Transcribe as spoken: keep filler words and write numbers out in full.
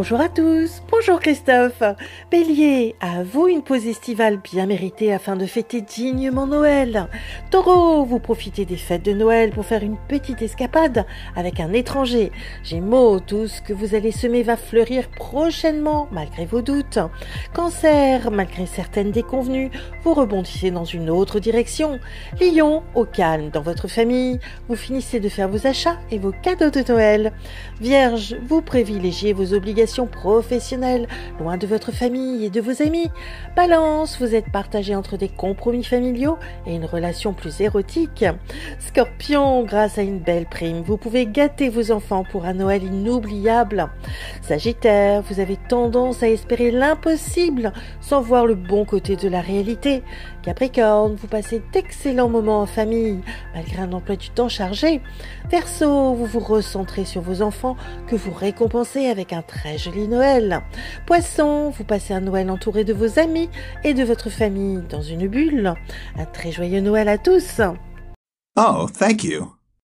Bonjour à tous, bonjour Christophe. Bélier, à vous une pause estivale bien méritée afin de fêter dignement Noël. Taureau, vous profitez des fêtes de Noël pour faire une petite escapade avec un étranger. Gémeaux, tout ce que vous allez semer va fleurir prochainement malgré vos doutes. Cancer, malgré certaines déconvenues, vous rebondissez dans une autre direction. Lion, au calme dans votre famille, vous finissez de faire vos achats et vos cadeaux de Noël. Vierge, vous privilégiez vos obligations professionnelles, loin de votre famille et de vos amis. Balance, vous êtes partagé entre des compromis familiaux et une relation plus érotique. Scorpion, grâce à une belle prime, vous pouvez gâter vos enfants pour un Noël inoubliable. Sagittaire, vous avez tendance à espérer l'impossible sans voir le bon côté de la réalité. Capricorne, vous passez d'excellents moments en famille, malgré un emploi du temps chargé. Verseau, vous vous recentrez sur vos enfants que vous récompensez avec un très joli Noël. Poisson, vous passez un Noël entouré de vos amis et de votre famille dans une bulle. Un très joyeux Noël à tous. Oh, thank you.